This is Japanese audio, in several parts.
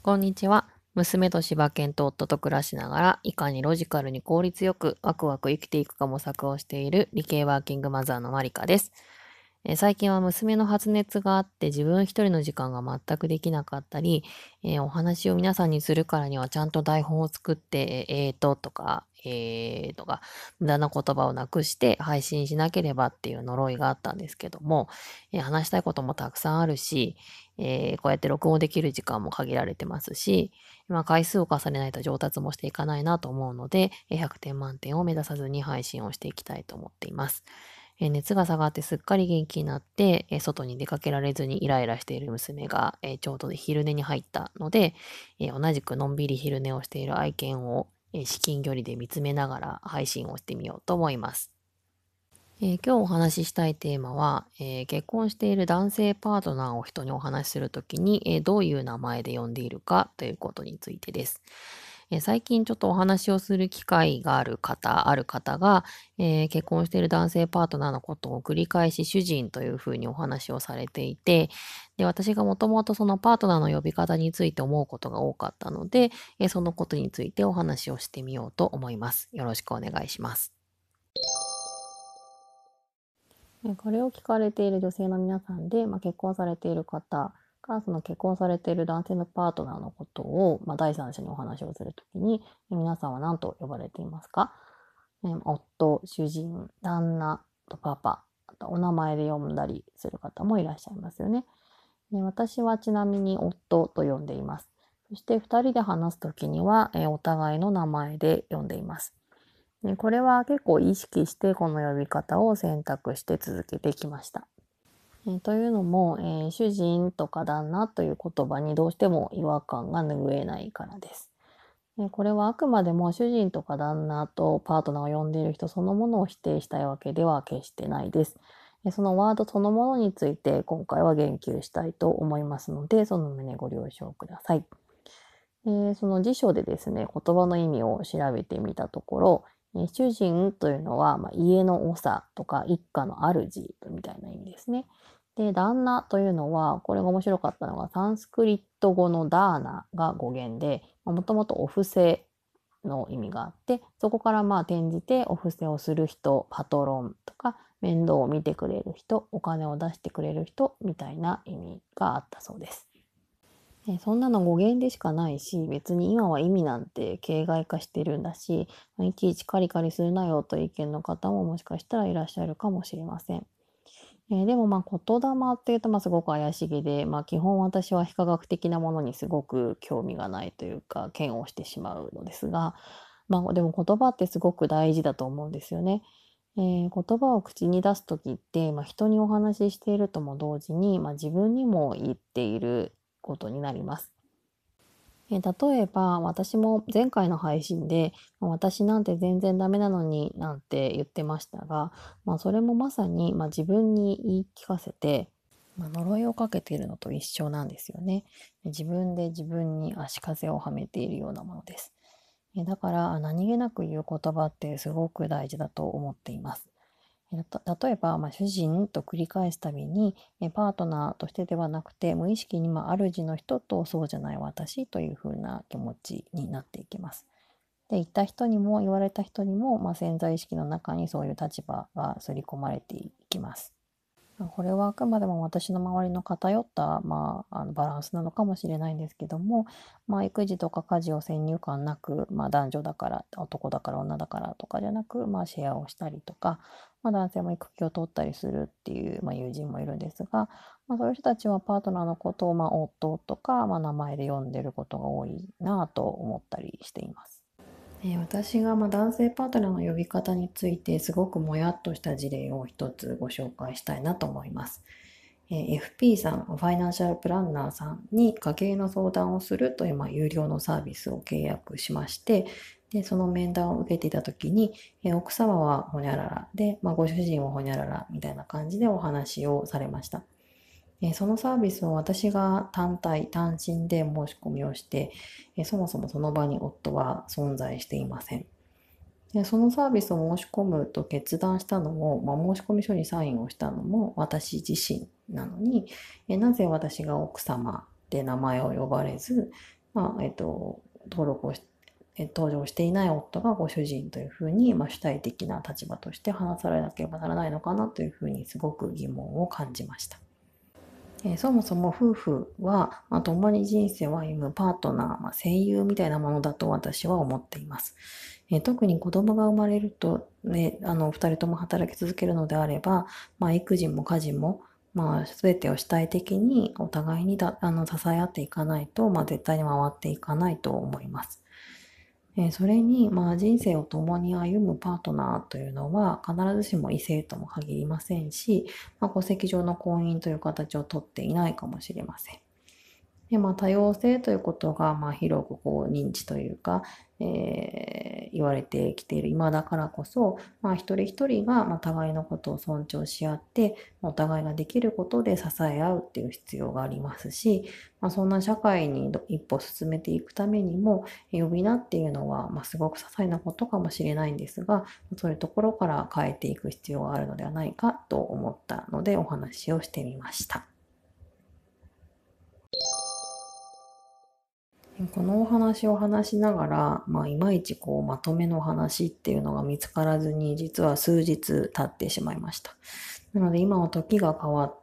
こんにちは。娘と柴犬と夫と暮らしながら、いかにロジカルに効率よくワクワク生きていくか模索をしている理系ワーキングマザーのマリカです。最近は娘の発熱があって自分一人の時間が全くできなかったり、お話を皆さんにするからにはちゃんと台本を作って、とか、とか、無駄な言葉をなくして配信しなければっていう呪いがあったんですけども、話したいこともたくさんあるし、こうやって録音できる時間も限られてますし、回数を重ねないと上達もしていかないなと思うので、100点満点を目指さずに配信をしていきたいと思っています。熱が下がってすっかり元気になって、外に出かけられずにイライラしている娘が、ちょうど昼寝に入ったので、同じくのんびり昼寝をしている愛犬を、至近距離で見つめながら配信をしてみようと思います。今日お話ししたいテーマは、結婚している男性パートナーを人にお話しするときに、どういう名前で呼んでいるかということについてです。最近ちょっとお話をする機会がある方が、結婚している男性パートナーのことを繰り返し主人というふうにお話をされていて、で、私がもともとそのパートナーの呼び方について思うことが多かったので、そのことについてお話をしてみようと思います。よろしくお願いします。これを聞かれている女性の皆さんで、結婚されている方が、その結婚されている男性のパートナーのことを、第三者にお話をするときに、皆さんは何と呼ばれていますか？夫、主人、旦那とパパ、あとお名前で呼んだりする方もいらっしゃいますよね。私はちなみに夫と呼んでいます。そして二人で話すときには、お互いの名前で呼んでいます。これは結構意識してこの呼び方を選択して続けてきました。というのも、主人とか旦那という言葉にどうしても違和感が拭えないからです。これはあくまでも主人とか旦那とパートナーを呼んでいる人そのものを否定したいわけでは決してないです。そのワードそのものについて今回は言及したいと思いますので、その旨ご了承ください。その辞書でですね、言葉の意味を調べてみたところ、主人というのは、家の長とか一家の主みたいな意味ですね。で、旦那というのは、これが面白かったのが、サンスクリット語のダーナが語源で、もともとお布施の意味があって、そこから転じてお布施をする人、パトロンとか、面倒を見てくれる人、お金を出してくれる人みたいな意味があったそうです。そんなの語源でしかないし、別に今は意味なんて形骸化してるんだし、いちいちカリカリするなよという意見の方ももしかしたらいらっしゃるかもしれません。でも言霊っていうとすごく怪しげで、基本私は非科学的なものにすごく興味がないというか、嫌悪してしまうのですが、でも言葉ってすごく大事だと思うんですよね。言葉を口に出す時って、人にお話ししているとも同時に、自分にも言っていることになります。例えば、私も前回の配信で、私なんて全然ダメなのになんて言ってましたが、それもまさに、自分に言い聞かせて、呪いをかけているのと一緒なんですよね。自分で自分に足かせをはめているようなものです。だから、何気なく言う言葉ってすごく大事だと思っています。例えば、主人と繰り返すたびに、パートナーとしてではなくて、無意識に、主の人とそうじゃない私というふうな気持ちになっていきます。で、言った人にも言われた人にも、潜在意識の中にそういう立場が刷り込まれていきます。これはあくまでも私の周りの偏った、バランスなのかもしれないんですけども、育児とか家事を先入観なく、男女だから、男だから女だからとかじゃなく、シェアをしたりとか、男性も育休を取ったりするっていう、友人もいるんですが、そういう人たちはパートナーのことを、夫とか、名前で呼んでることが多いなぁと思ったりしています。私が男性パートナーの呼び方についてすごくもやっとした事例を一つご紹介したいなと思います。FP さん、ファイナンシャルプランナーさんに家計の相談をするという、有料のサービスを契約しまして、で、その面談を受けていたときに、奥様はほにゃららで、ご主人はほにゃららみたいな感じでお話をされました。そのサービスを私が単身で申し込みをして、そもそもその場に夫は存在していません。で、そのサービスを申し込むと決断したのも、申込書にサインをしたのも私自身なのに、なぜ私が奥様で名前を呼ばれず、 登録をし登場していない夫がご主人というふうに、主体的な立場として話されなければならないのかなというふうにすごく疑問を感じました。そもそも夫婦は、共に人生を歩むパートナー、声優みたいなものだと私は思っています。特に子供が生まれると、ね、二人とも働き続けるのであれば、育児も家事も、全てを主体的にお互いに支え合っていかないと、絶対に回っていかないと思います。それに、人生を共に歩むパートナーというのは必ずしも異性とも限りませんし、戸籍上の婚姻という形をとっていないかもしれません。で、多様性ということが、広く認知というか、言われてきている今だからこそ、一人一人が、互いのことを尊重し合って、お互いができることで支え合うっていう必要がありますし、そんな社会に一歩進めていくためにも、呼び名っていうのは、すごく些細なことかもしれないんですが、そういうところから変えていく必要があるのではないかと思ったので、お話をしてみました。このお話を話しながら、いまいちまとめの話っていうのが見つからずに、実は数日経ってしまいました。なので今は時が変わって、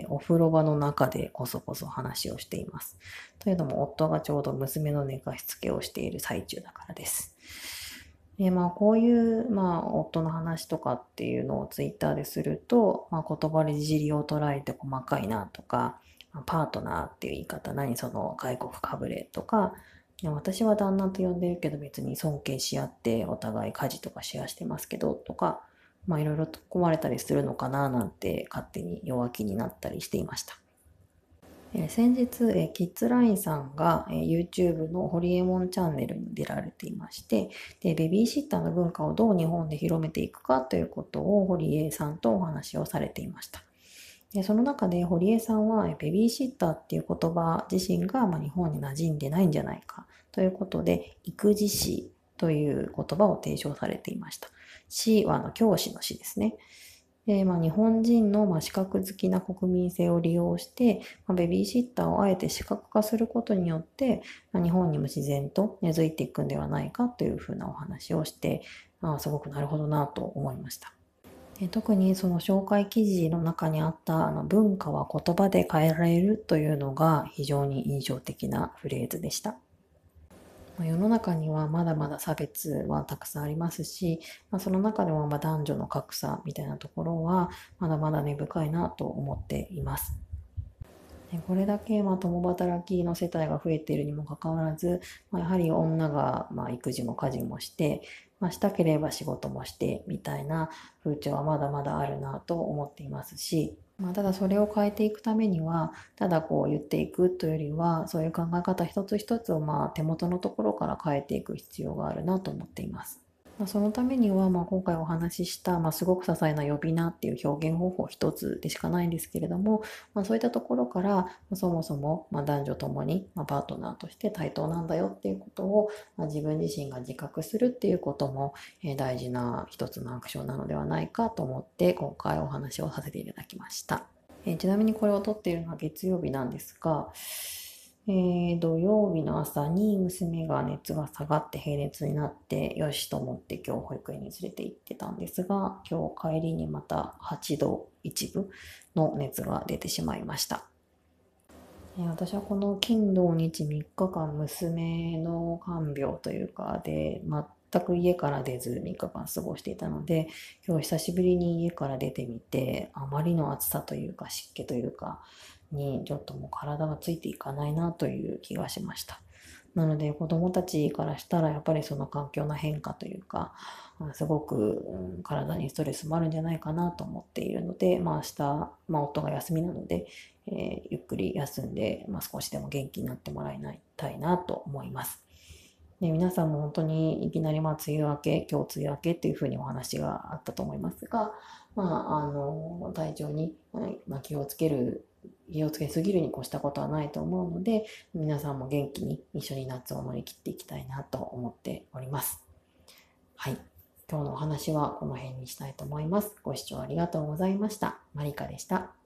お風呂場の中でこそこそ話をしています。というのも夫がちょうど娘の寝かしつけをしている最中だからです。で、こういう、夫の話とかっていうのをツイッターですると、言葉で尻を捉えて細かいなとか、パートナーっていう言い方、何その外国かぶれとか、私は旦那と呼んでるけど別に尊敬し合ってお互い家事とかシェアしてますけどとか、いろいろ突っ込まれたりするのかななんて勝手に弱気になったりしていました。先日、キッズラインさんが、YouTube のホリエモンチャンネルに出られていまして、で、ベビーシッターの文化をどう日本で広めていくかということを堀江さんとお話をされていました。で、その中で堀江さんは、ベビーシッターっていう言葉自身が、日本に馴染んでないんじゃないかということで、育児士という言葉を提唱されていました。士は教師の士ですね。で、日本人の資格好きな国民性を利用して、ベビーシッターをあえて視覚化することによって、日本にも自然と根付いていくんではないかというふうなお話をして、すごくなるほどなと思いました。特にその紹介記事の中にあった文化は言葉で変えられるというのが非常に印象的なフレーズでした。世の中にはまだまだ差別はたくさんありますし、その中でも男女の格差みたいなところはまだまだ根深いなと思っています。これだけ共働きの世帯が増えているにもかかわらず、やはり女が育児も家事もして、したければ仕事もしてみたいな風潮はまだまだあるなと思っていますし、ただそれを変えていくためには、ただ言っていくというよりは、そういう考え方一つ一つを手元のところから変えていく必要があるなと思っています。そのためには、今回お話しした、すごく些細な呼び名っていう表現方法一つでしかないんですけれども、そういったところから、そもそも、男女ともに、パートナーとして対等なんだよっていうことを、自分自身が自覚するっていうことも、大事な一つのアクションなのではないかと思って、今回お話をさせていただきました。ちなみにこれを撮っているのは月曜日なんですが、土曜日の朝に娘が熱が下がって平熱になって、よしと思って今日保育園に連れて行ってたんですが、今日帰りにまた8度1分の熱が出てしまいました。私はこの金土日3日間娘の看病というかで、全く家から出ず3日間過ごしていたので、今日久しぶりに家から出てみて、あまりの暑さというか湿気というかにちょっともう体がついていかないなという気がしました。なので子供たちからしたらやっぱりその環境の変化というか、すごく、体にストレスもあるんじゃないかなと思っているので、明日、夫が休みなので、ゆっくり休んで、少しでも元気になってもらいたいなと思います。で、皆さんも本当にいきなり梅雨明け、今日梅雨明けっていうふうにお話があったと思いますが、体調に、気をつけすぎるに越したことはないと思うので、皆さんも元気に一緒に夏を乗り切っていきたいなと思っております。はい。今日のお話はこの辺にしたいと思います。ご視聴ありがとうございました。マリカでした。